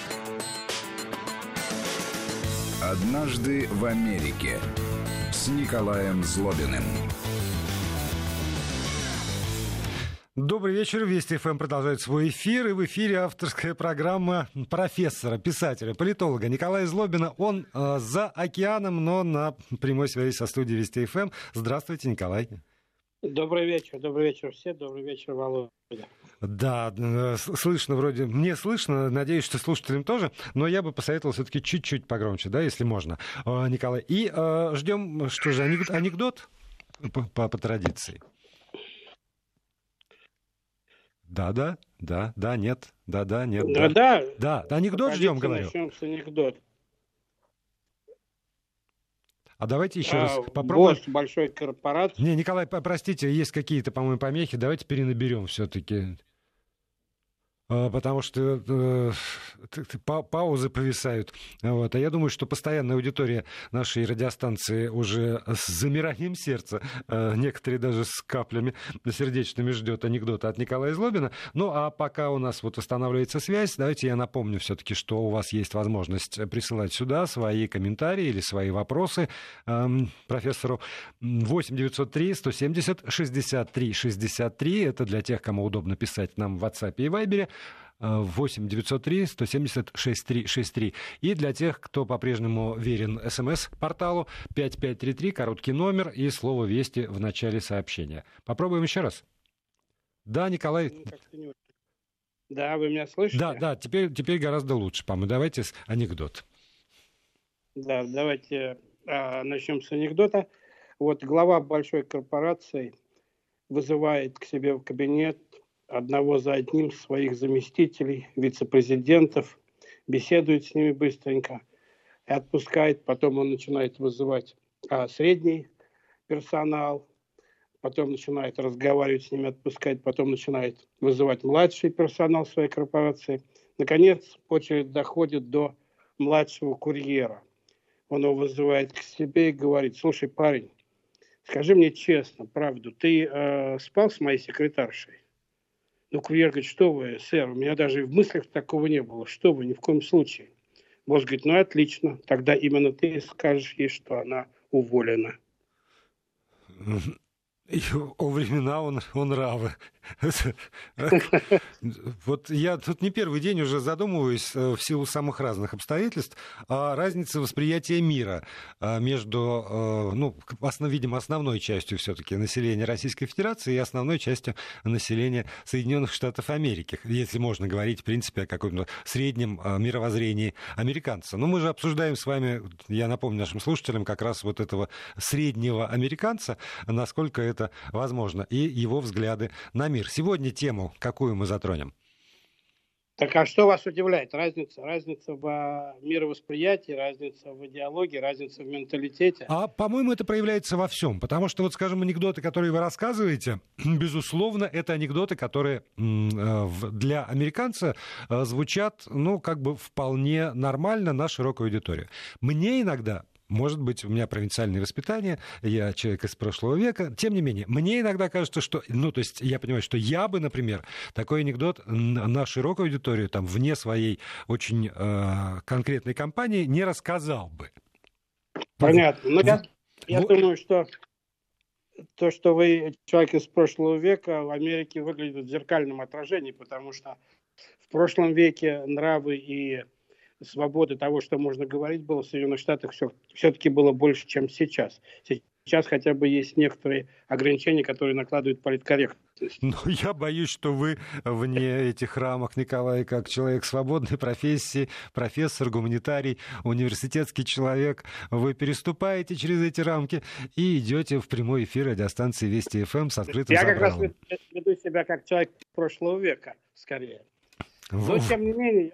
«Однажды в Америке» с Николаем Злобиным. Добрый вечер. Вести ФМ продолжает свой эфир. И в эфире авторская программа профессора, писателя, политолога Николая Злобина. Он за океаном, но на прямой связи со студией Вести ФМ. Здравствуйте, Николай. Добрый вечер все, добрый вечер, Володя. Да, слышно вроде, мне слышно, надеюсь, что слушателям тоже, но я бы посоветовал все-таки чуть-чуть погромче, да, если можно, Николай. И ждем, что же, анекдот по традиции. Да, нет, нет. Да, анекдот ждем, говорю. Начнем с анекдота. А давайте еще раз попробуем. Босс большой корпорации. Не, Николай, простите, есть какие-то, по-моему, помехи. Давайте перенаберем все-таки. Потому что паузы повисают. Вот. А я думаю, что постоянная аудитория нашей радиостанции уже с замиранием сердца, некоторые даже с каплями сердечными ждет анекдота от Николая Злобина. Ну, а пока у нас вот восстанавливается связь, давайте я напомню все-таки, что у вас есть возможность присылать сюда свои комментарии или свои вопросы профессору. 8 903 170 63 63. Это для тех, кому удобно писать нам в WhatsApp и Viber. 8 903 170 6363. И для тех, кто по-прежнему верен СМС-порталу 5533, короткий номер и слово «Вести» в начале сообщения. Попробуем еще раз. Да, Николай? Да, вы меня слышите? Да, теперь гораздо лучше, по-моему. Давайте с анекдот. Да, давайте начнем с анекдота. Вот глава большой корпорации вызывает к себе в кабинет одного за одним своих заместителей, вице-президентов, беседует с ними быстренько и отпускает. Потом он начинает вызывать средний персонал, потом начинает разговаривать с ними, отпускать, потом начинает вызывать младший персонал своей корпорации. Наконец, очередь доходит до младшего курьера. Он его вызывает к себе и говорит: слушай, парень, скажи мне честно, правду, ты спал с моей секретаршей? Ну, курьер говорит: что вы, сэр, у меня даже в мыслях такого не было. Что вы, ни в коем случае. Босс говорит: ну, отлично, тогда именно ты скажешь ей, что она уволена. О времена он равы. Вот я тут не первый день уже задумываюсь в силу самых разных обстоятельств о разнице восприятия мира между, видимо, основной частью все-таки населения Российской Федерации и основной частью населения Соединенных Штатов Америки, если можно говорить, в принципе, о каком-то среднем мировоззрении американца. Но мы же обсуждаем с вами, я напомню нашим слушателям, как раз вот этого среднего американца, насколько это возможно, и его взгляды на мир. Сегодня тему какую мы затронем? Так а что вас удивляет? Разница в мировосприятии, разница в идеологии, разница в менталитете? По-моему, это проявляется во всем. Потому что, вот, скажем, анекдоты, которые вы рассказываете, безусловно, это анекдоты, которые для американца звучат, вполне нормально на широкую аудиторию. Мне иногда... Может быть, у меня провинциальное воспитание, я человек из прошлого века. Тем не менее, мне иногда кажется, что... я понимаю, что я бы, например, такой анекдот на широкую аудиторию, там, вне своей очень конкретной компании, не рассказал бы. Понятно. Но я думаю, что то, что вы человек из прошлого века, в Америке выглядит в зеркальном отражении, потому что в прошлом веке нравы и свободы того, что можно говорить, было в Соединенных Штатах все-таки было больше, чем сейчас. Сейчас хотя бы есть некоторые ограничения, которые накладывают политкорректность. Но я боюсь, что вы вне этих рамок, Николай, как человек свободной профессии, профессор, гуманитарий, университетский человек, вы переступаете через эти рамки и идете в прямой эфир радиостанции Вести ФМ с открытым забралом. Я как раз веду себя как человек прошлого века, скорее. Но, тем не менее,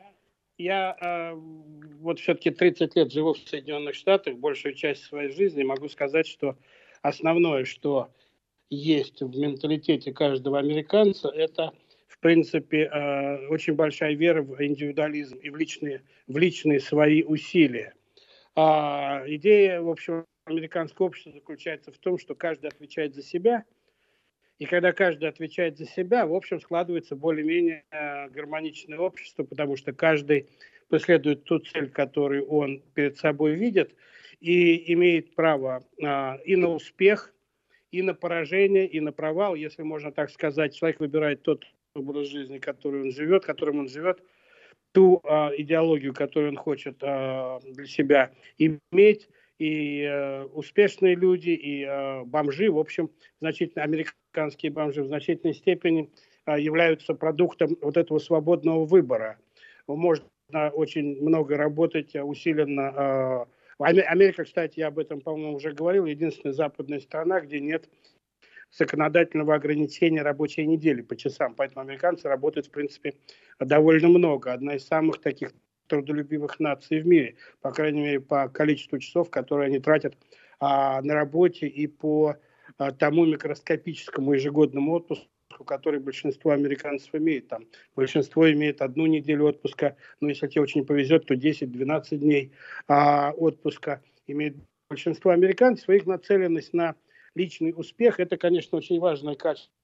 я вот все-таки 30 лет живу в Соединенных Штатах, большую часть своей жизни, могу сказать, что основное, что есть в менталитете каждого американца, это, в принципе, очень большая вера в индивидуализм и в личные свои усилия. Идея, в общем, американского общества заключается в том, что каждый отвечает за себя. И когда каждый отвечает за себя, в общем, складывается более-менее гармоничное общество, потому что каждый преследует ту цель, которую он перед собой видит, и имеет право и на успех, и на поражение, и на провал, если можно так сказать. Человек выбирает тот образ жизни, которым он живет, ту идеологию, которую он хочет для себя иметь. И успешные люди, и бомжи, в общем, американские бомжи в значительной степени являются продуктом вот этого свободного выбора. Можно очень много работать усиленно. Америка, кстати, я об этом, по-моему, уже говорил, единственная западная страна, где нет законодательного ограничения рабочей недели по часам. Поэтому американцы работают, в принципе, довольно много. Одна из самых таких трудолюбивых наций в мире, по крайней мере, по количеству часов, которые они тратят на работе, и по тому микроскопическому ежегодному отпуску, который большинство американцев имеет. Там большинство имеет 1 неделю отпуска, но если тебе очень повезет, то 10-12 дней отпуска имеет большинство американцев. Их нацеленность на личный успех – это, конечно, очень важное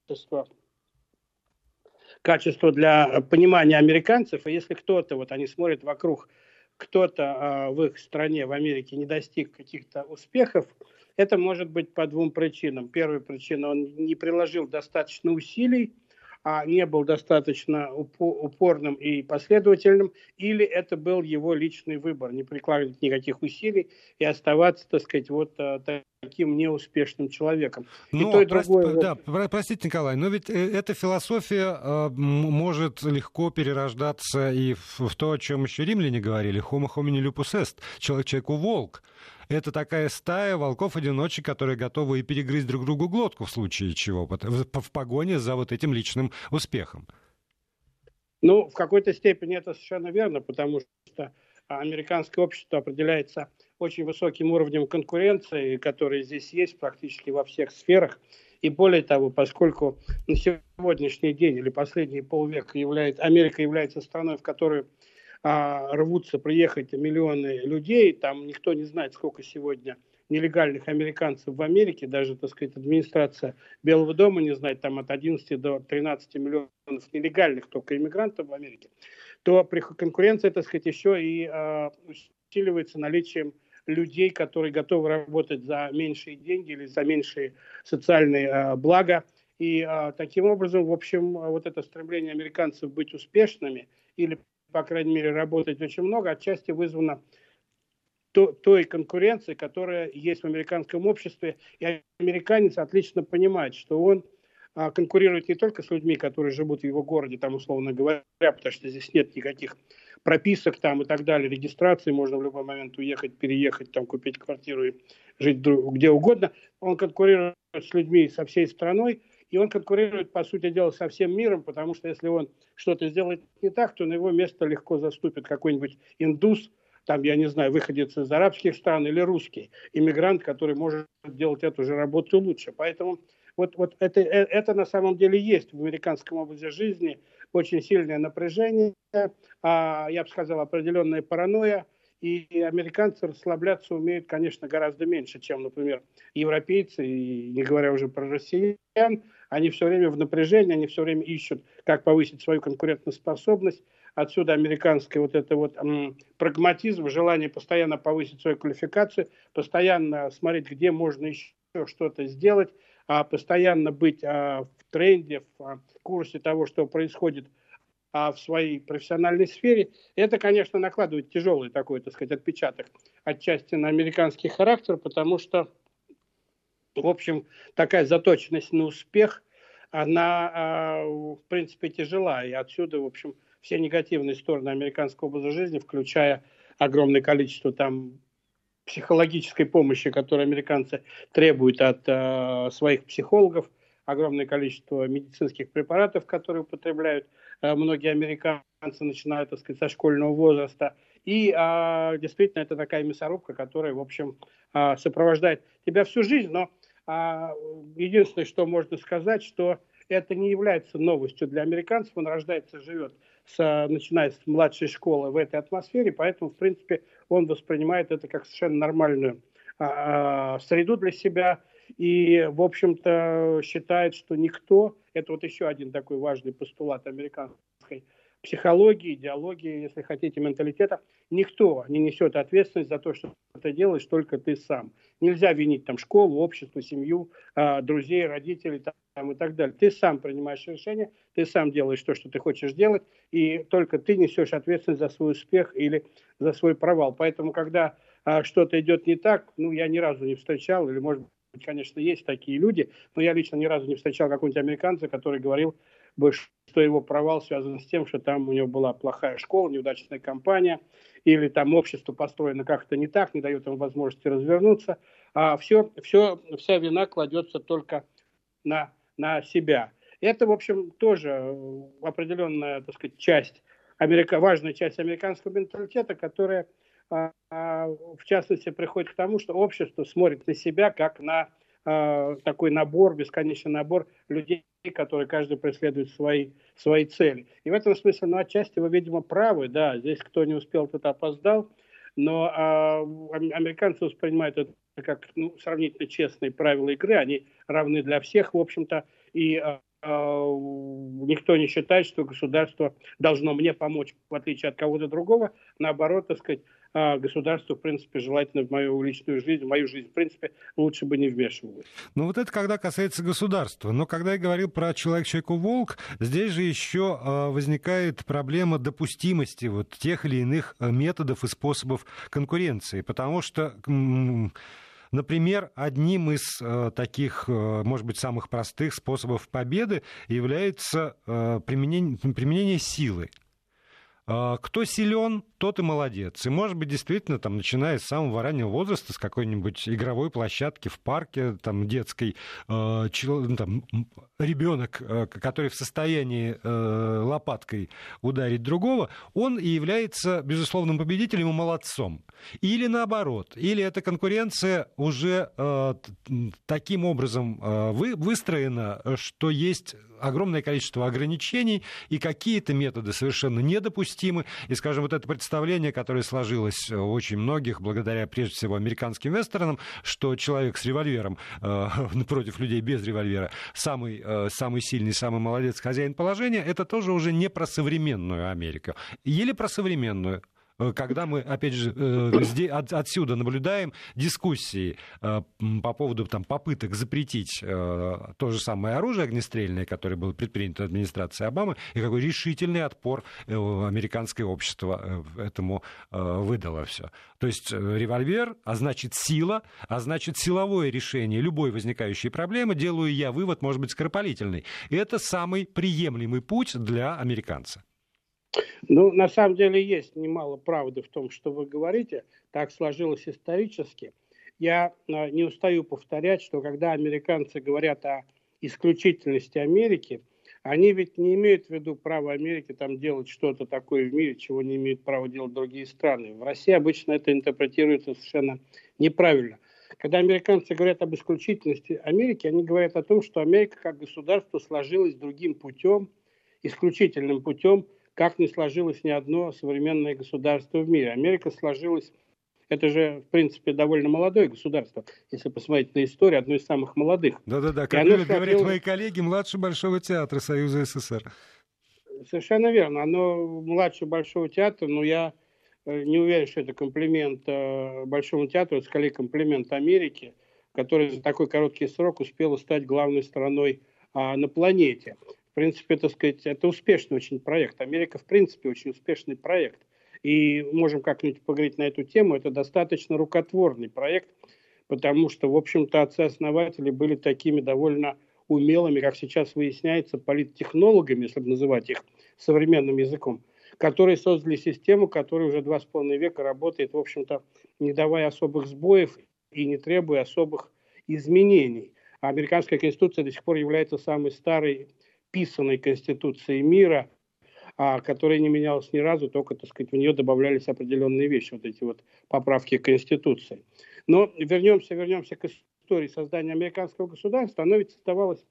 качество для понимания американцев. И если кто-то, вот они смотрят вокруг, кто-то в их стране, в Америке, не достиг каких-то успехов, это может быть по 2 причинам. Первая причина – он не приложил достаточно усилий, не был достаточно упорным и последовательным, или это был его личный выбор, не прикладывать никаких усилий и оставаться, так сказать, вот таким неуспешным человеком. Но, простите, Николай, но ведь эта философия может легко перерождаться и в то, о чем еще римляне говорили: homo homini lupus est, человеку волк. Это такая стая волков-одиночек, которые готовы и перегрызть друг другу глотку в случае чего, в погоне за вот этим личным успехом. Ну, в какой-то степени это совершенно верно, потому что американское общество определяется очень высоким уровнем конкуренции, который здесь есть практически во всех сферах. И более того, поскольку на сегодняшний день или последние полвека Америка является страной, в которой рвутся приехать миллионы людей, там никто не знает, сколько сегодня нелегальных американцев в Америке, даже, так сказать, администрация Белого дома не знает, там от 11 до 13 миллионов нелегальных только иммигрантов в Америке, то конкуренция, так сказать, еще и усиливается наличием людей, которые готовы работать за меньшие деньги или за меньшие социальные блага. И таким образом, в общем, вот это стремление американцев быть успешными или, по крайней мере, работать очень много, отчасти вызвано той конкуренцией, которая есть в американском обществе. И американец отлично понимает, что он конкурирует не только с людьми, которые живут в его городе, там, условно говоря, потому что здесь нет никаких прописок там и так далее, регистрации, можно в любой момент уехать, переехать, там, купить квартиру и жить где угодно. Он конкурирует с людьми со всей страной, и он конкурирует, по сути дела, со всем миром, потому что если он что-то сделает не так, то на его место легко заступит какой-нибудь индус, там, я не знаю, выходец из арабских стран, или русский иммигрант, который может делать эту же работу лучше. Поэтому вот это на самом деле есть в американском образе жизни очень сильное напряжение, я бы сказал, определенная паранойя, и американцы расслабляться умеют, конечно, гораздо меньше, чем, например, европейцы, и не говоря уже про россиян. Они все время в напряжении, они все время ищут, как повысить свою конкурентоспособность. Отсюда американский вот это вот прагматизм, желание постоянно повысить свою квалификацию, постоянно смотреть, где можно еще что-то сделать, постоянно быть в тренде, в курсе того, что происходит в своей профессиональной сфере. Это, конечно, накладывает тяжелый такой, так сказать, отпечаток отчасти на американский характер, потому что, в общем, такая заточенность на успех, она, в принципе, тяжела. И отсюда, в общем, все негативные стороны американского образа жизни, включая огромное количество там психологической помощи, которую американцы требуют от своих психологов, огромное количество медицинских препаратов, которые употребляют многие американцы, начиная, так сказать, со школьного возраста. И действительно, это такая мясорубка, которая, в общем, сопровождает тебя всю жизнь. Но единственное, что можно сказать, что это не является новостью для американцев. Он рождается, живет, начиная с младшей школы в этой атмосфере, поэтому, в принципе, он воспринимает это как совершенно нормальную среду для себя и, в общем-то, считает, что никто, это вот еще один такой важный постулат американской психологии, идеологии, если хотите, менталитета, никто не несет ответственность за то, что ты делаешь, только ты сам. Нельзя винить там школу, общество, семью, друзей, родителей там, и так далее. Ты сам принимаешь решение, ты сам делаешь то, что ты хочешь делать, и только ты несешь ответственность за свой успех или за свой провал. Поэтому, когда что-то идет не так, я ни разу не встречал, или, может быть, конечно, есть такие люди, но я лично ни разу не встречал какого-нибудь американца, который говорил бы, что его провал связан с тем, что там у него была плохая школа, неудачная компания, или там общество построено как-то не так, не дает ему возможности развернуться. Вся вина кладется только на себя. Это, в общем, тоже определенная, так сказать, важная часть американского менталитета, которая, в частности, приходит к тому, что общество смотрит на себя как на такой набор, бесконечный набор людей, которые каждый преследует свои цели. И в этом смысле, отчасти вы, видимо, правы, да, здесь кто не успел, тот опоздал, но американцы воспринимают это как сравнительно честные правила игры, они равны для всех, в общем-то, и никто не считает, что государство должно мне помочь, в отличие от кого-то другого, наоборот, так сказать, государству, в принципе, желательно в мою личную жизнь, в мою жизнь, в принципе, лучше бы не вмешивалось. Вот это когда касается государства. Но когда я говорил про «Человек-человеку-волк», здесь же еще возникает проблема допустимости вот тех или иных методов и способов конкуренции. Потому что... Например, одним из таких, может быть, самых простых способов победы является применение силы. Кто силен, тот и молодец. И, может быть, действительно, там, начиная с самого раннего возраста, с какой-нибудь игровой площадки в парке там, детской, ребенок, который в состоянии лопаткой ударить другого, он и является безусловным победителем и молодцом. Или наоборот, или эта конкуренция уже таким образом выстроена, что есть огромное количество ограничений, и какие-то методы совершенно недопустимы. И, скажем, вот это представление, которое сложилось у очень многих, благодаря, прежде всего, американским вестернам, что человек с револьвером против людей без револьвера самый сильный, самый молодец, хозяин положения, это тоже уже не про современную Америку. Или про современную. Когда мы, опять же, отсюда наблюдаем дискуссии по поводу попыток запретить то же самое оружие огнестрельное, которое было предпринято администрацией Обамы, и какой решительный отпор американское общество этому выдало все. То есть револьвер, а значит сила, а значит силовое решение любой возникающей проблемы, делаю я вывод, может быть, скоропалительный. И это самый приемлемый путь для американца. На самом деле есть немало правды в том, что вы говорите. Так сложилось исторически. Я не устаю повторять, что когда американцы говорят о исключительности Америки, они ведь не имеют в виду право Америки делать что-то такое в мире, чего не имеют права делать другие страны. В России обычно это интерпретируется совершенно неправильно. Когда американцы говорят об исключительности Америки, они говорят о том, что Америка как государство сложилась другим путем, исключительным путем, как не сложилось ни одно современное государство в мире. Америка сложилась, это же, в принципе, довольно молодое государство, если посмотреть на историю, одно из самых молодых. Да-да-да, как любят говорить мои коллеги, младше Большого театра Союза СССР. Совершенно верно. Оно младше Большого театра, но я не уверен, что это комплимент Большому театру, это скорее комплимент Америке, которая за такой короткий срок успела стать главной страной на планете. В принципе, это успешный очень проект. Америка, в принципе, очень успешный проект. И можем как-нибудь поговорить на эту тему. Это достаточно рукотворный проект, потому что, в общем-то, отцы-основатели были такими довольно умелыми, как сейчас выясняется, политтехнологами, если называть их современным языком, которые создали систему, которая уже 2,5 века работает, в общем-то, не давая особых сбоев и не требуя особых изменений. А американская конституция до сих пор является самой старой писанной конституцией мира, которая не менялась ни разу, только, в нее добавлялись определенные вещи, вот эти вот поправки к Конституции. Но вернемся к истории создания американского государства. Оно ведь создавалось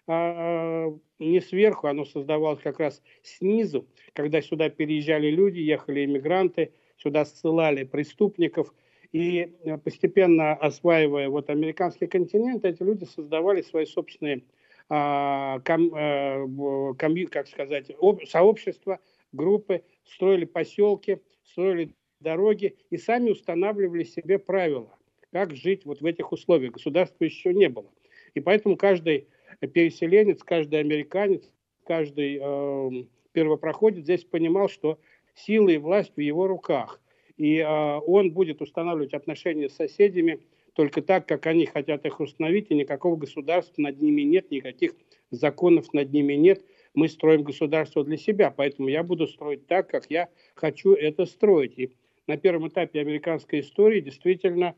не сверху, оно создавалось как раз снизу, когда сюда переезжали люди, ехали иммигранты, сюда ссылали преступников, и постепенно осваивая американский континент, эти люди создавали свои собственные сообщества, группы, строили поселки, строили дороги и сами устанавливали себе правила, как жить вот в этих условиях. Государства еще не было. И поэтому каждый переселенец, каждый американец, каждый первопроходец здесь понимал, что сила и власть в его руках. И он будет устанавливать отношения с соседями только так, как они хотят их установить, и никакого государства над ними нет, никаких законов над ними нет. Мы строим государство для себя, поэтому я буду строить так, как я хочу это строить. И на первом этапе американской истории действительно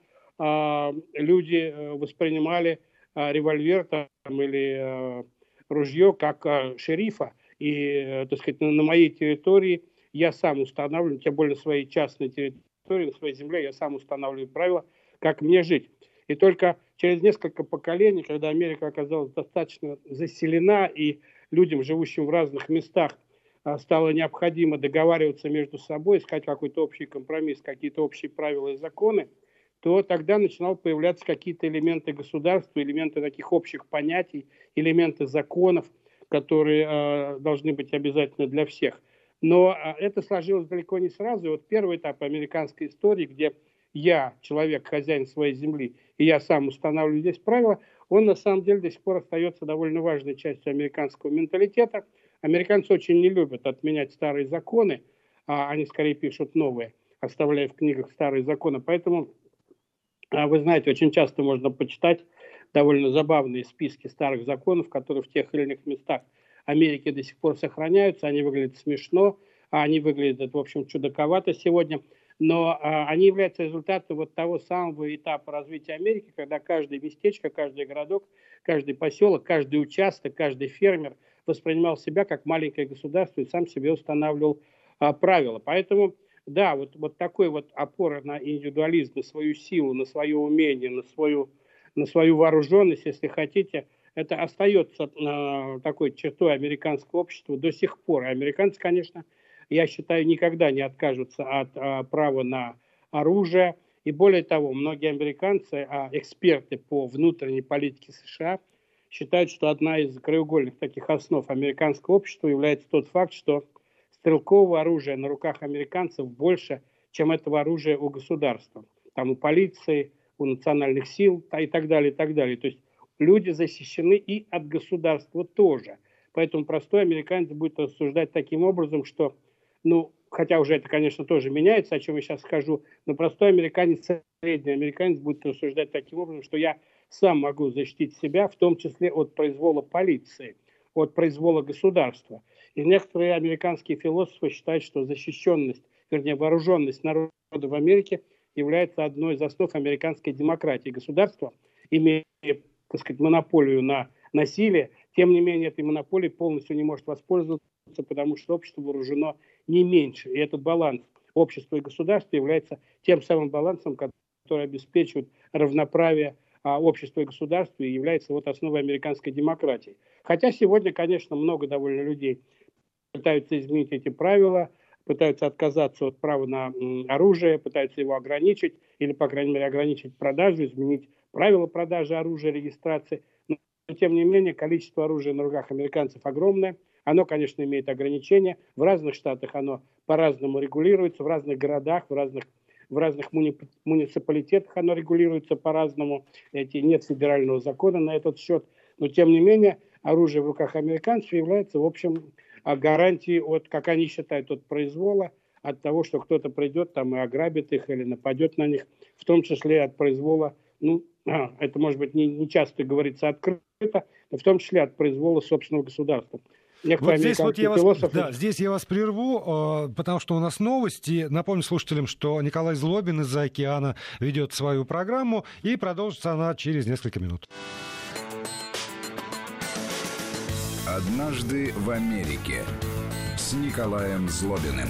люди воспринимали револьвер там, или ружье как шерифа. И, так сказать, на моей территории я сам устанавливаю, тем более на своей частной территории, на своей земле, я сам устанавливаю правила, как мне жить. И только через несколько поколений, когда Америка оказалась достаточно заселена, и людям, живущим в разных местах, стало необходимо договариваться между собой, искать какой-то общий компромисс, какие-то общие правила и законы, то тогда начинали появляться какие-то элементы государства, элементы таких общих понятий, элементы законов, которые должны быть обязательны для всех. Но это сложилось далеко не сразу. И вот первый этап американской истории, где я, человек, хозяин своей земли, и я сам устанавливаю здесь правила, он на самом деле до сих пор остается довольно важной частью американского менталитета. Американцы очень не любят отменять старые законы, они скорее пишут новые, оставляя в книгах старые законы. Поэтому, вы знаете, очень часто можно почитать довольно забавные списки старых законов, которые в тех или иных местах Америки до сих пор сохраняются. Они выглядят смешно, они выглядят, в общем, чудаковато сегодня. Но они являются результатом вот того самого этапа развития Америки, когда каждое местечко, каждый городок, каждый поселок, каждый участок, каждый фермер воспринимал себя как маленькое государство и сам себе устанавливал правила. Поэтому, да, вот такой вот опора на индивидуализм, на свою силу, на свое умение, на свою вооруженность, если хотите, это остается такой чертой американского общества до сих пор. И американцы, конечно, я считаю, никогда не откажутся от права на оружие. И более того, многие американцы, эксперты по внутренней политике США, считают, что одна из краеугольных таких основ американского общества является тот факт, что стрелкового оружия на руках американцев больше, чем этого оружия у государства. Там у полиции, у национальных сил и так далее, и так далее. То есть люди защищены и от государства тоже. Поэтому простой американец будет рассуждать таким образом, что, хотя уже это, конечно, тоже меняется, о чем я сейчас скажу, но простой американец, средний американец будет рассуждать таким образом, что я сам могу защитить себя, в том числе от произвола полиции, от произвола государства. И некоторые американские философы считают, что защищенность, вернее, вооруженность народа в Америке является одной из основ американской демократии. Государство, имея, так сказать, монополию на насилие, тем не менее этой монополией полностью не может воспользоваться, потому что общество вооружено не меньше. И этот баланс общества и государства является тем самым балансом, который обеспечивает равноправие общества и государства и является основой американской демократии. Хотя сегодня, конечно, много довольно людей пытаются изменить эти правила, пытаются отказаться от права на оружие, пытаются его ограничить или, по крайней мере, ограничить продажу, изменить правила продажи оружия, регистрации. Но, тем не менее, количество оружия на руках американцев огромное. Оно, конечно, имеет ограничения. В разных штатах оно по-разному регулируется, в разных городах, в разных муниципалитетах оно регулируется по-разному. Нет федерального закона на этот счет. Но, тем не менее, оружие в руках американцев является, в общем, гарантией от, как они считают, от произвола, от того, что кто-то придет там и ограбит их или нападет на них, в том числе от произвола, это, может быть, не часто говорится открыто, но в том числе от произвола собственного государства. Вот здесь здесь я вас прерву, потому что у нас новости. Напомню слушателям, что Николай Злобин из-за океана ведет свою программу, и продолжится она через несколько минут. «Однажды в Америке» с Николаем Злобиным.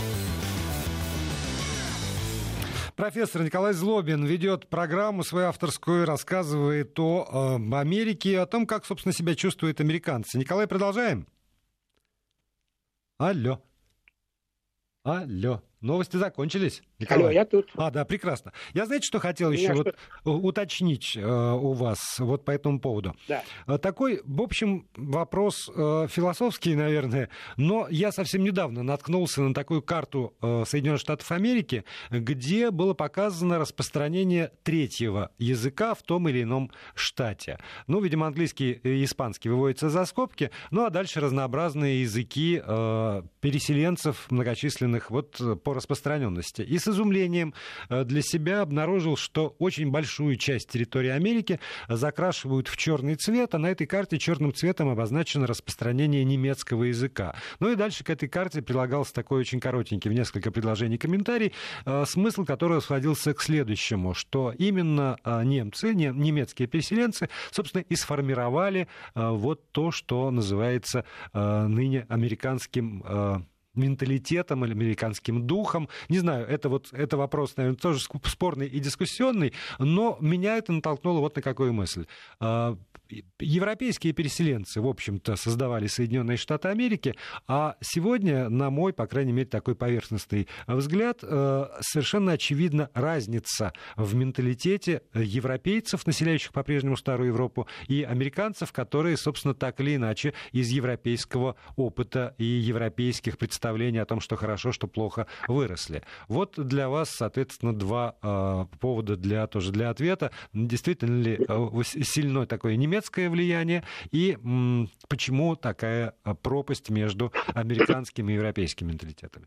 Профессор Николай Злобин ведет программу свою авторскую, рассказывает о Америке, о том, как, собственно, себя чувствуют американцы. Николай, продолжаем? Алло. Новости закончились, Алло, Николай. я тут. Да, прекрасно. Я, знаете, что хотел еще уточнить у вас вот по этому поводу? Да. Такой, в общем, вопрос философский, наверное, но я совсем недавно наткнулся на такую карту Соединенных Штатов Америки, где было показано распространение третьего языка в том или ином штате. Ну, видимо, английский и испанский выводятся за скобки, ну, а дальше разнообразные языки переселенцев многочисленных вот по распространенности. И с изумлением для себя обнаружил, что очень большую часть территории Америки закрашивают в черный цвет, а на этой карте черным цветом обозначено распространение немецкого языка. Ну и дальше к этой карте прилагался такой очень коротенький, в несколько предложений комментарий, смысл которого сводился к следующему, что именно немцы, немецкие переселенцы, собственно, и сформировали вот то, что называется ныне американским менталитетом или американским духом. Не знаю, это вопрос, наверное, тоже спорный и дискуссионный, но меня это натолкнуло вот на какую мысль. Европейские переселенцы, в общем-то, создавали Соединенные Штаты Америки, а сегодня, на мой, по крайней мере, такой поверхностный взгляд, совершенно очевидна разница в менталитете европейцев, населяющих по-прежнему Старую Европу, и американцев, которые, собственно, так или иначе из европейского опыта и европейских представлений о том, что хорошо, что плохо, выросли. Вот для вас, соответственно, два повода для ответа. Действительно ли сильно такое немецкое влияние и почему такая пропасть между американским и европейским менталитетами?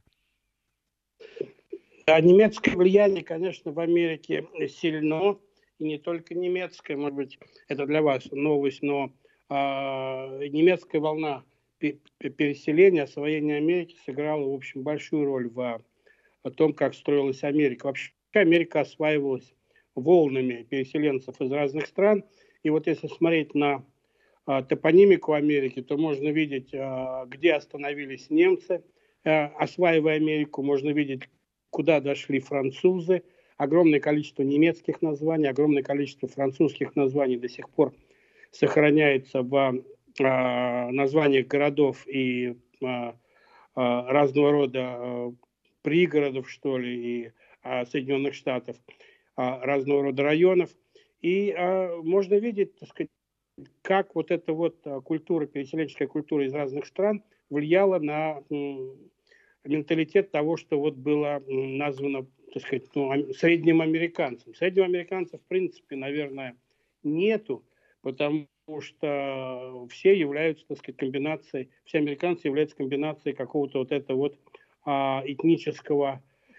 Немецкое влияние, конечно, в Америке сильно, и не только немецкое, может быть, это для вас новость, но немецкая волна переселения, освоения Америки сыграла, в общем, большую роль в том, как строилась Америка. Вообще Америка осваивалась волнами переселенцев из разных стран. И вот если смотреть на топонимику Америки, то можно видеть, где остановились немцы, осваивая Америку, можно видеть, куда дошли французы. Огромное количество немецких названий, огромное количество французских названий до сих пор сохраняется в названиях городов и разного рода пригородов, что ли, и Соединенных Штатов, разного рода районов. И можно видеть, так сказать, как вот эта вот культура, переселенческая культура из разных стран влияла на менталитет того, что вот было названо, так сказать, средним американцем. Среднего американца, в принципе, наверное, нету, потому что все являются, так сказать, комбинацией, все американцы являются комбинацией какого-то вот этого вот этнического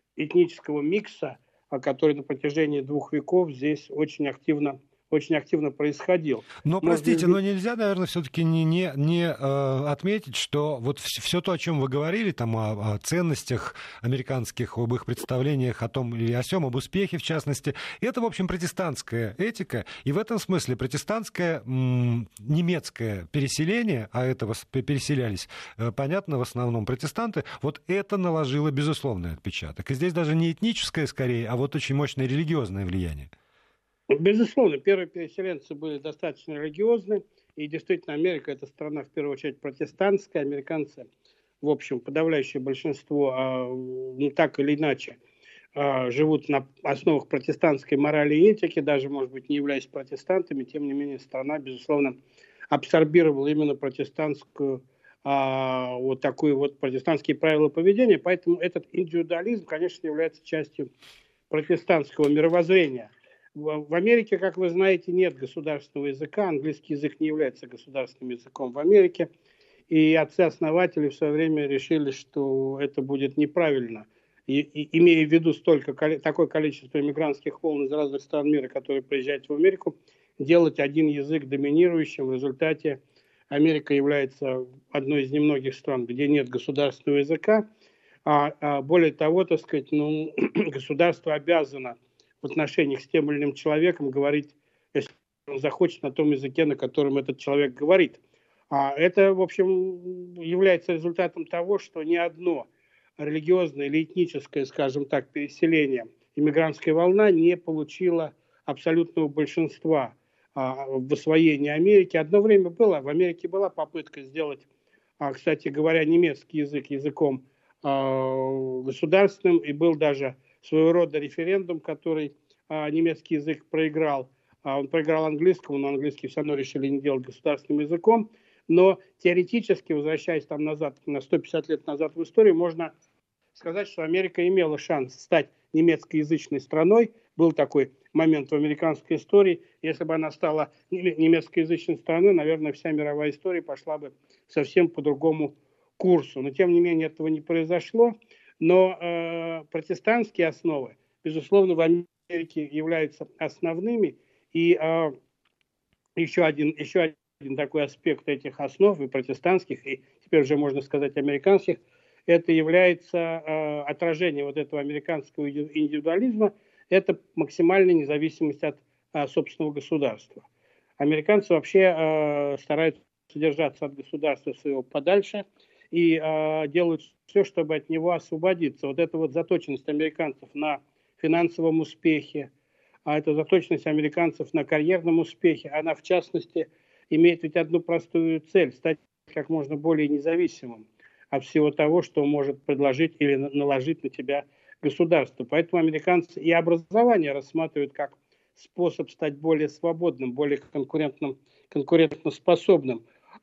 микса, который на протяжении 2 веков здесь очень активно происходил. Но, простите, но нельзя, наверное, все-таки не отметить, что вот все то, о чем вы говорили, там, о ценностях американских, об их представлениях о том или о сём, об успехе, в частности, это, в общем, протестантская этика, и в этом смысле протестантское немецкое переселение, а этого переселялись, понятно, в основном протестанты, вот это наложило безусловный отпечаток. И здесь даже не этническое, скорее, а вот очень мощное религиозное влияние. Безусловно, первые переселенцы были достаточно религиозны, и действительно Америка – это страна, в первую очередь, протестантская. Американцы, в общем, подавляющее большинство, так или иначе, живут на основах протестантской морали и этики, даже, может быть, не являясь протестантами, тем не менее, страна, безусловно, абсорбировала именно протестантскую, вот такую вот протестантские правила поведения, поэтому этот индивидуализм, конечно, является частью протестантского мировоззрения. В Америке, как вы знаете, нет государственного языка, английский язык не является государственным языком в Америке, и отцы-основатели в свое время решили, что это будет неправильно. И имея в виду такое количество иммигрантских волн из разных стран мира, которые приезжают в Америку, делать один язык доминирующим. В результате Америка является одной из немногих стран, где нет государственного языка. Более того, так сказать, государство обязано в отношениях с тем или иным человеком говорить, если он захочет, на том языке, на котором этот человек говорит. Это, в общем, является результатом того, что ни одно религиозное или этническое, скажем так, переселение, иммигрантская волна не получила абсолютного большинства в освоении Америки. Одно время в Америке была попытка сделать, кстати говоря, немецкий язык языком государственным, и был даже своего рода референдум, который немецкий язык проиграл. Он проиграл английскому, но английский все равно решили не делать государственным языком. Но теоретически, возвращаясь там назад, на 150 лет назад в историю, можно сказать, что Америка имела шанс стать немецкоязычной страной. Был такой момент в американской истории. Если бы она стала немецкоязычной страной, наверное, вся мировая история пошла бы совсем по другому курсу. Но, тем не менее, этого не произошло. Но протестантские основы, безусловно, в Америке являются основными. И еще один такой аспект этих основ, и протестантских, и теперь уже можно сказать американских, это является отражение вот этого американского индивидуализма, это максимальная независимость от собственного государства. Американцы вообще стараются держаться от государства своего подальше и делают все, чтобы от него освободиться. Вот эта вот заточенность американцев на финансовом успехе, а эта заточенность американцев на карьерном успехе, она в частности имеет ведь одну простую цель – стать как можно более независимым от всего того, что может предложить или наложить на тебя государство. Поэтому американцы и образование рассматривают как способ стать более свободным, более конкурентоспособным.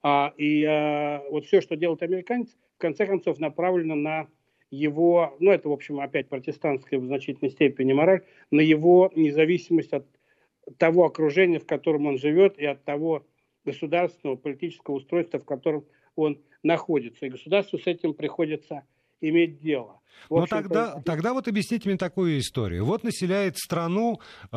Вот все, что делает американец, в конце концов направлено на его, это, в общем, опять протестантская в значительной степени мораль, на его независимость от того окружения, в котором он живет, и от того государственного политического устройства, в котором он находится. И государству с этим приходится иметь дело. Но тогда вот объясните мне такую историю. Вот населяет страну,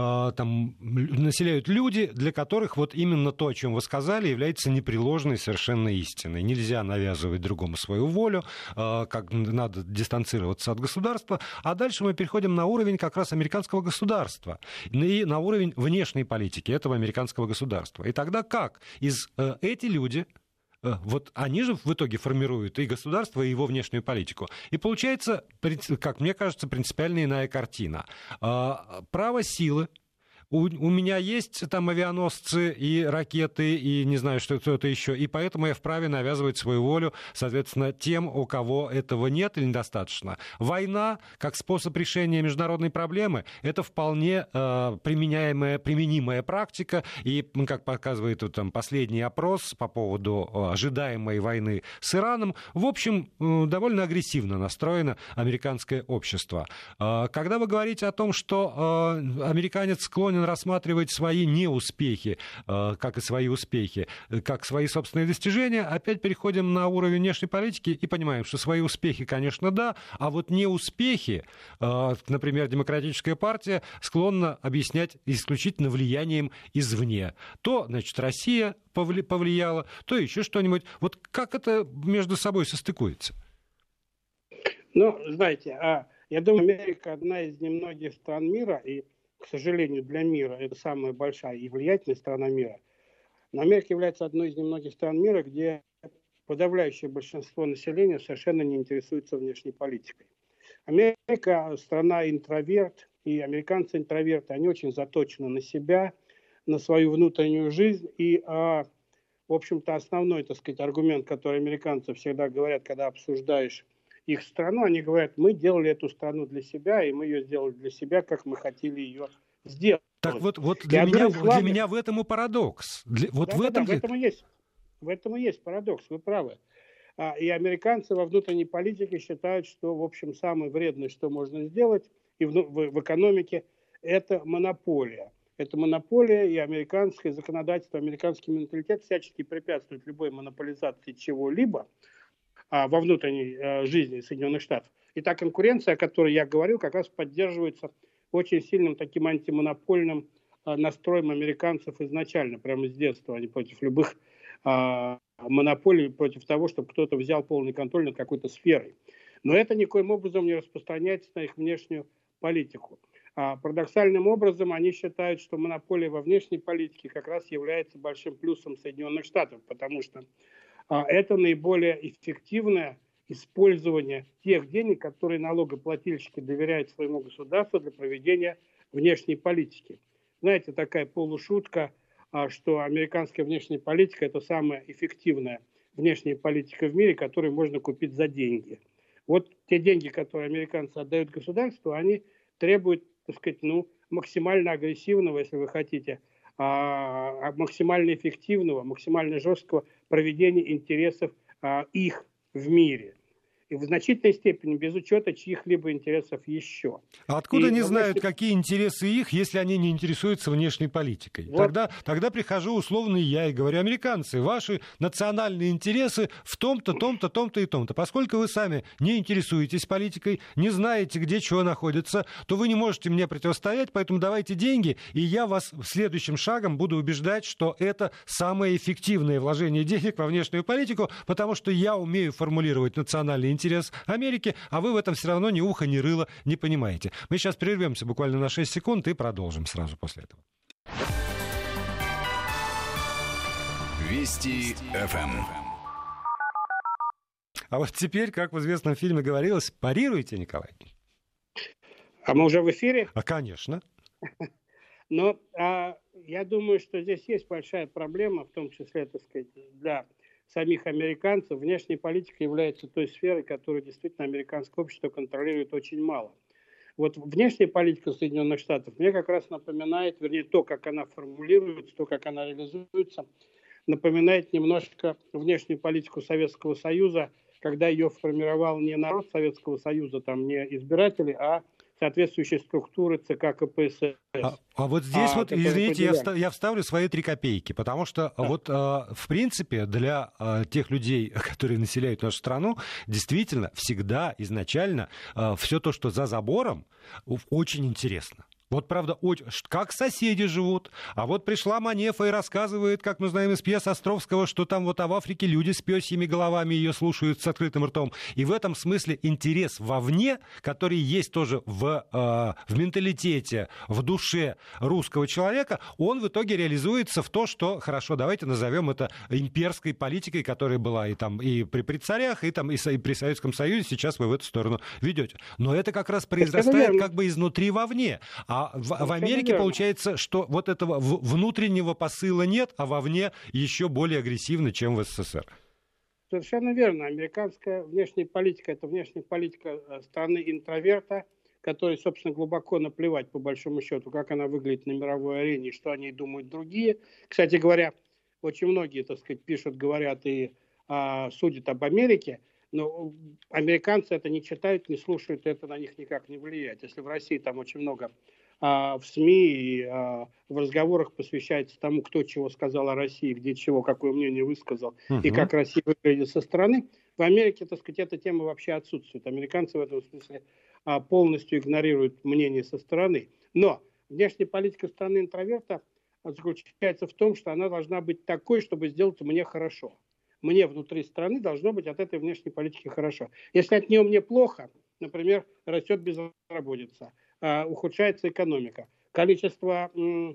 населяют люди, для которых вот именно то, о чем вы сказали, является непреложной совершенно истиной. Нельзя навязывать другому свою волю, как надо дистанцироваться от государства. А дальше мы переходим на уровень как раз американского государства и на уровень внешней политики этого американского государства. И тогда как эти люди... Вот они же в итоге формируют и государство, и его внешнюю политику. И получается, как мне кажется, принципиально иная картина. Право силы. У меня есть там авианосцы и ракеты, и не знаю, что это еще, и поэтому я вправе навязывать свою волю, соответственно, тем, у кого этого нет или недостаточно. Война, как способ решения международной проблемы, это вполне применимая практика, и, как показывает там последний опрос по поводу ожидаемой войны с Ираном, в общем, довольно агрессивно настроено американское общество. Когда вы говорите о том, что американец склонен рассматривать свои неуспехи, как и свои успехи, как свои собственные достижения, опять переходим на уровень внешней политики и понимаем, что свои успехи, конечно, да, а вот неуспехи, например, Демократическая партия склонна объяснять исключительно влиянием извне. То, значит, Россия повлияла, то еще что-нибудь. Вот как это между собой состыкуется? Знаете, я думаю, Америка одна из немногих стран мира, и к сожалению, для мира это самая большая и влиятельная страна мира. Но Америка является одной из немногих стран мира, где подавляющее большинство населения совершенно не интересуется внешней политикой. Америка – страна интроверт, и американцы-интроверты, они очень заточены на себя, на свою внутреннюю жизнь. И, в общем-то, основной, так сказать, аргумент, который американцы всегда говорят, когда обсуждаешь их страну, они говорят, мы делали эту страну для себя, и мы ее сделали для себя, как мы хотели ее сделать. Так вот для меня в этом и парадокс. В этом и есть парадокс, вы правы. И американцы во внутренней политике считают, что, в общем, самое вредное, что можно сделать и в экономике, это монополия. Это монополия, и американское законодательство, американский менталитет всячески препятствует любой монополизации чего-либо во внутренней жизни Соединенных Штатов. И та конкуренция, о которой я говорил, как раз поддерживается очень сильным таким антимонопольным настроем американцев изначально, прямо с детства. Они против любых монополий, против того, чтобы кто-то взял полный контроль над какой-то сферой. Но это никоим образом не распространяется на их внешнюю политику. Парадоксальным образом они считают, что монополия во внешней политике как раз является большим плюсом Соединенных Штатов, потому что это наиболее эффективное использование тех денег, которые налогоплательщики доверяют своему государству для проведения внешней политики. Знаете, такая полушутка, что американская внешняя политика – это самая эффективная внешняя политика в мире, которую можно купить за деньги. Вот те деньги, которые американцы отдают государству, они требуют, так сказать, максимально агрессивного, если вы хотите, максимально эффективного, максимально жесткого проведения интересов их в мире. И в значительной степени без учета чьих-либо интересов еще. А откуда они знают, какие интересы их, если они не интересуются внешней политикой? Вот. Тогда прихожу условно я и говорю: американцы, ваши национальные интересы в том-то, том-то, том-то и том-то. Поскольку вы сами не интересуетесь политикой, не знаете, где чего находится, то вы не можете мне противостоять, поэтому давайте деньги, и я вас следующим шагом буду убеждать, что это самое эффективное вложение денег во внешнюю политику, потому что я умею формулировать национальные интерес Америки, а вы в этом все равно ни уха, ни рыла не понимаете. Мы сейчас прервемся буквально на 6 секунд и продолжим сразу после этого. Вести ФМ. А вот теперь, как в известном фильме говорилось, парируйте, Николай. А мы уже в эфире? Конечно. Но я думаю, что здесь есть большая проблема, в том числе, так сказать, для самих американцев. Внешняя политика является той сферой, которую действительно американское общество контролирует очень мало. Вот внешняя политика Соединенных Штатов мне как раз напоминает, вернее, то, как она формулируется, то, как она реализуется, напоминает немножко внешнюю политику Советского Союза, когда ее формировал не народ Советского Союза, там не избиратели, а соответствующие структуры ЦК КПСС. А вот здесь извините, я вставлю свои 3 копейки, потому что в принципе для тех людей, которые населяют нашу страну, действительно всегда изначально все то, что за забором, очень интересно. Вот, правда, как соседи живут. А вот пришла Манефа и рассказывает, как мы знаем из пьес Островского, что там вот в Африке люди с пёсьими головами ее слушают с открытым ртом. И в этом смысле интерес вовне, который есть тоже в менталитете, в душе русского человека, он в итоге реализуется в то, что, хорошо, давайте назовем это имперской политикой, которая была и при царях, и при Советском Союзе. Сейчас вы в эту сторону ведете. Но это как раз произрастает как бы изнутри вовне. А в Америке получается, что вот этого внутреннего посыла нет, а вовне еще более агрессивно, чем в СССР. Совершенно верно. Американская внешняя политика – это внешняя политика страны интроверта, которой, собственно, глубоко наплевать, по большому счету, как она выглядит на мировой арене и что о ней думают другие. Кстати говоря, очень многие, так сказать, пишут, говорят и судят об Америке, но американцы это не читают, не слушают, это на них никак не влияет. Если в России там очень много в СМИ и в разговорах посвящается тому, кто чего сказал о России, где чего, какое мнение высказал и как Россия выглядит со стороны, в Америке, так сказать, эта тема вообще отсутствует. Американцы в этом смысле полностью игнорируют мнение со стороны. Но внешняя политика страны интроверта заключается в том, что она должна быть такой, чтобы сделать мне хорошо. Мне внутри страны должно быть от этой внешней политики хорошо. Если от нее мне плохо, например, растет безработица, ухудшается экономика, количество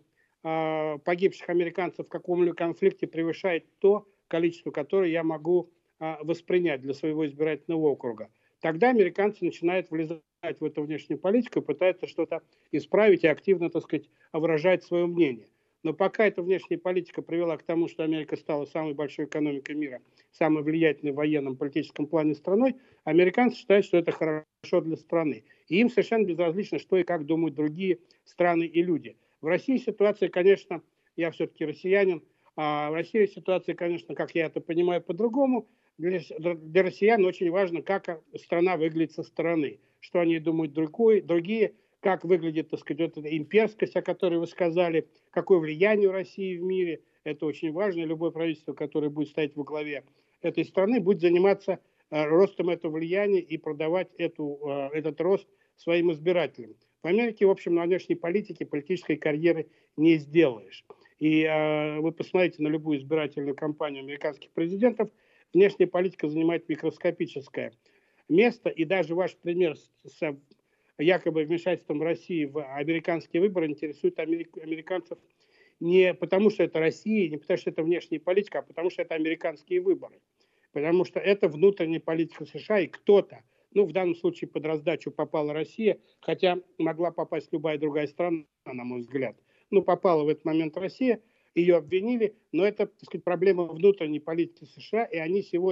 погибших американцев в каком-либо конфликте превышает то количество, которое я могу воспринять для своего избирательного округа, тогда американцы начинают влезать в эту внешнюю политику и пытаются что-то исправить и активно, так сказать, выражать свое мнение. Но пока эта внешняя политика привела к тому, что Америка стала самой большой экономикой мира, самой влиятельной в военном политическом плане страной, американцы считают, что это хорошо для страны. И им совершенно безразлично, что и как думают другие страны и люди. В России ситуация, конечно, я все-таки россиянин, а в России ситуация, конечно, как я это понимаю, по-другому. Для россиян очень важно, как страна выглядит со стороны, что они думают другие, как выглядит, так сказать, вот эта имперскость, о которой вы сказали, какое влияние у России в мире. Это очень важно. Любое правительство, которое будет стоять во главе этой страны, будет заниматься ростом этого влияния и продавать этот рост своим избирателям. В Америке, в общем, на внешней политике политической карьеры не сделаешь. И вы посмотрите на любую избирательную кампанию американских президентов, внешняя политика занимает микроскопическое место. И даже ваш пример с якобы вмешательством России в американские выборы интересует американцев не потому, что это Россия, не потому, что это внешняя политика, а потому, что это американские выборы. Потому что это внутренняя политика США, и кто-то, в данном случае под раздачу попала Россия, хотя могла попасть любая другая страна, на мой взгляд. Попала в этот момент Россия, ее обвинили, но это, так сказать, проблема внутренней политики США, и они сегодня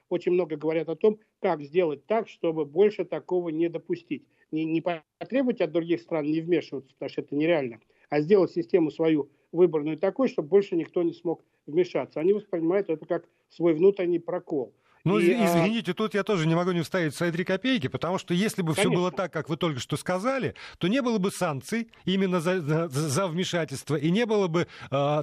очень много говорят о том, как сделать так, чтобы больше такого не допустить. Не потребовать от других стран не вмешиваться, потому что это нереально, а сделать систему свою выборную такой, чтобы больше никто не смог вмешаться. Они воспринимают это как свой внутренний прокол. Ну, извините, тут я тоже не могу не вставить свои 3 копейки, потому что если бы все было так, как вы только что сказали, то не было бы санкций именно за вмешательство, и не было бы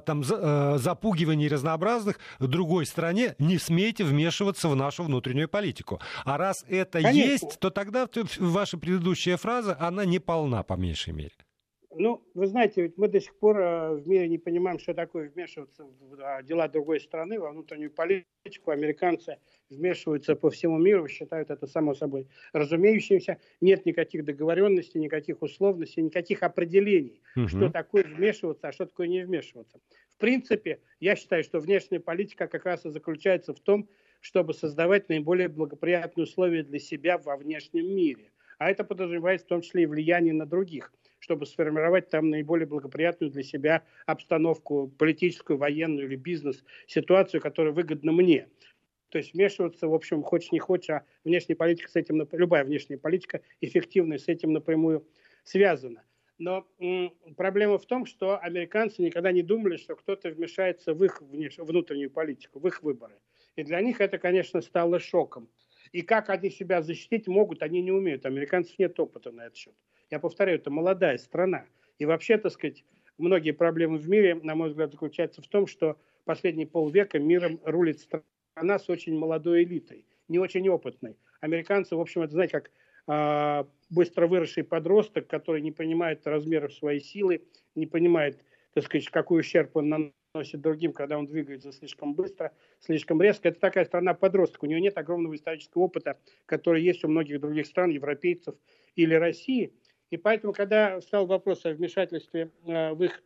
запугиваний разнообразных другой стране, не смейте вмешиваться в нашу внутреннюю политику. А раз это есть, то тогда ваша предыдущая фраза, она не полна, по меньшей мере. Ну, вы знаете, ведь мы до сих пор в мире не понимаем, что такое вмешиваться в дела другой страны, во внутреннюю политику. Американцы вмешиваются по всему миру, считают это само собой разумеющимся. Нет никаких договоренностей, никаких условностей, никаких определений, что такое вмешиваться, а что такое не вмешиваться. В принципе, я считаю, что внешняя политика как раз и заключается в том, чтобы создавать наиболее благоприятные условия для себя во внешнем мире. А это подразумевает в том числе и влияние на других, чтобы сформировать там наиболее благоприятную для себя обстановку, политическую, военную или бизнес-ситуацию, которая выгодна мне. То есть вмешиваться, в общем, хочешь не хочешь, а внешняя политика с этим, любая внешняя политика эффективная с этим напрямую связана. Но проблема в том, что американцы никогда не думали, что кто-то вмешается в их внутреннюю политику, в их выборы. И для них это, конечно, стало шоком. И как они себя защитить могут, они не умеют. Американцев нет опыта на этот счет. Я повторяю, это молодая страна. И вообще, так сказать, многие проблемы в мире, на мой взгляд, заключаются в том, что последние полвека миром рулит страна с очень молодой элитой, не очень опытной. Американцы, в общем, это, знаете, как быстро выросший подросток, который не понимает размеров своей силы, не понимает, так сказать, какой ущерб он наносит другим, когда он двигается слишком быстро, слишком резко. Это такая страна-подросток. У нее нет огромного исторического опыта, который есть у многих других стран, европейцев или России. И поэтому, когда встал вопрос о вмешательстве в их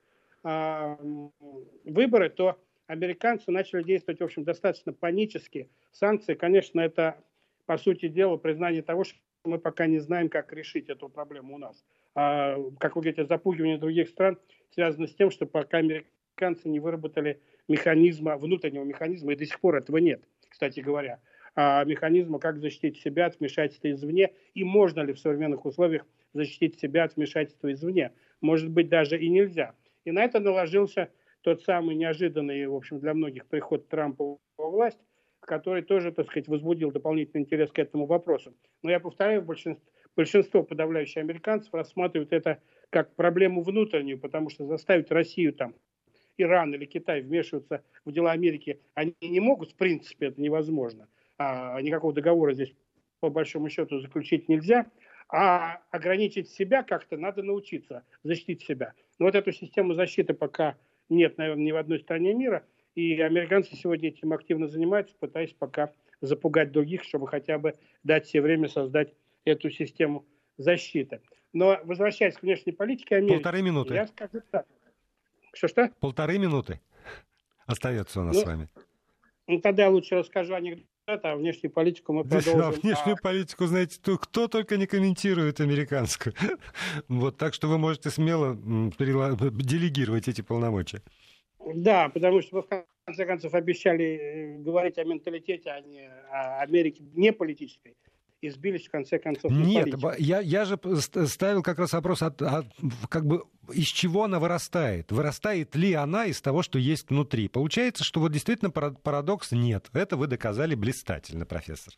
выборы, то американцы начали действовать, в общем, достаточно панически. Санкции, конечно, это, по сути дела, признание того, что мы пока не знаем, как решить эту проблему у нас. Как вы говорите, запугивание других стран связано с тем, что пока американцы не выработали внутреннего механизма, и до сих пор этого нет, кстати говоря, механизма, как защитить себя от вмешательства извне, и можно ли в современных условиях защитить себя от вмешательства извне. Может быть, даже и нельзя. И на это наложился тот самый неожиданный, в общем, для многих приход Трампа во власть, который тоже, так сказать, возбудил дополнительный интерес к этому вопросу. Но я повторяю, большинство подавляющих американцев рассматривают это как проблему внутреннюю, потому что заставить Россию, там, Иран или Китай вмешиваться в дела Америки они не могут, в принципе, это невозможно. Никакого договора здесь, по большому счету, заключить нельзя. А ограничить себя как-то надо научиться, защитить себя. Но вот эту систему защиты пока нет, наверное, ни в одной стране мира. И американцы сегодня этим активно занимаются, пытаясь пока запугать других, чтобы хотя бы дать себе время создать эту систему защиты. Но возвращаясь к внешней политике Америки... 1,5 минуты. Я скажу так. Что? 1,5 минуты остается у нас с вами. Ну, тогда я лучше расскажу анекдот, а внешнюю политику мы продолжим. Внешнюю политику, знаете, кто только не комментирует американскую. Вот, так что вы можете смело делегировать эти полномочия. Да, потому что вы, в конце концов, обещали говорить о менталитете, а не о Америке не политической. И сбились, в конце концов, на политику. Нет, я же ставил как раз вопрос, как бы из чего она вырастает. Вырастает ли она из того, что есть внутри? Получается, что вот действительно парадокс нет. Это вы доказали блистательно, профессор.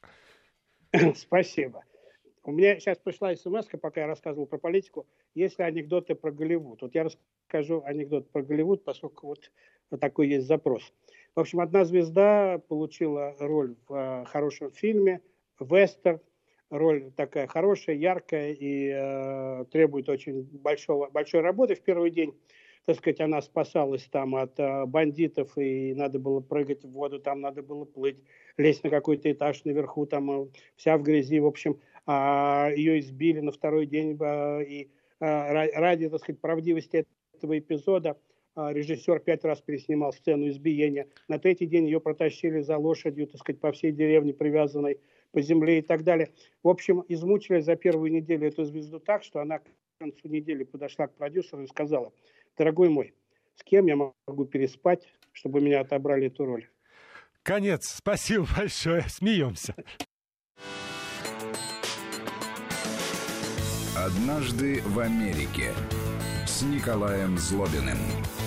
Спасибо. У меня сейчас пришла смс-ка, пока я рассказывал про политику. Есть ли анекдоты про Голливуд? Вот я расскажу анекдот про Голливуд, поскольку вот такой есть запрос. В общем, одна звезда получила роль в хорошем фильме, вестерн. Роль такая хорошая, яркая и требует очень большой работы. В первый день, так сказать, она спасалась там от бандитов, и надо было прыгать в воду, там надо было плыть, лезть на какой-то этаж наверху, там вся в грязи, в общем. Ее избили на второй день, и ради, так сказать, правдивости этого эпизода режиссер 5 раз переснимал сцену избиения. На третий день ее протащили за лошадью, так сказать, по всей деревне, привязанной по земле и так далее. В общем, измучили за первую неделю эту звезду так, что она к концу недели подошла к продюсеру и сказала: дорогой мой, с кем я могу переспать, чтобы меня отобрали эту роль? конец. Спасибо большое. Смеемся. «Однажды в Америке» с Николаем Злобиным.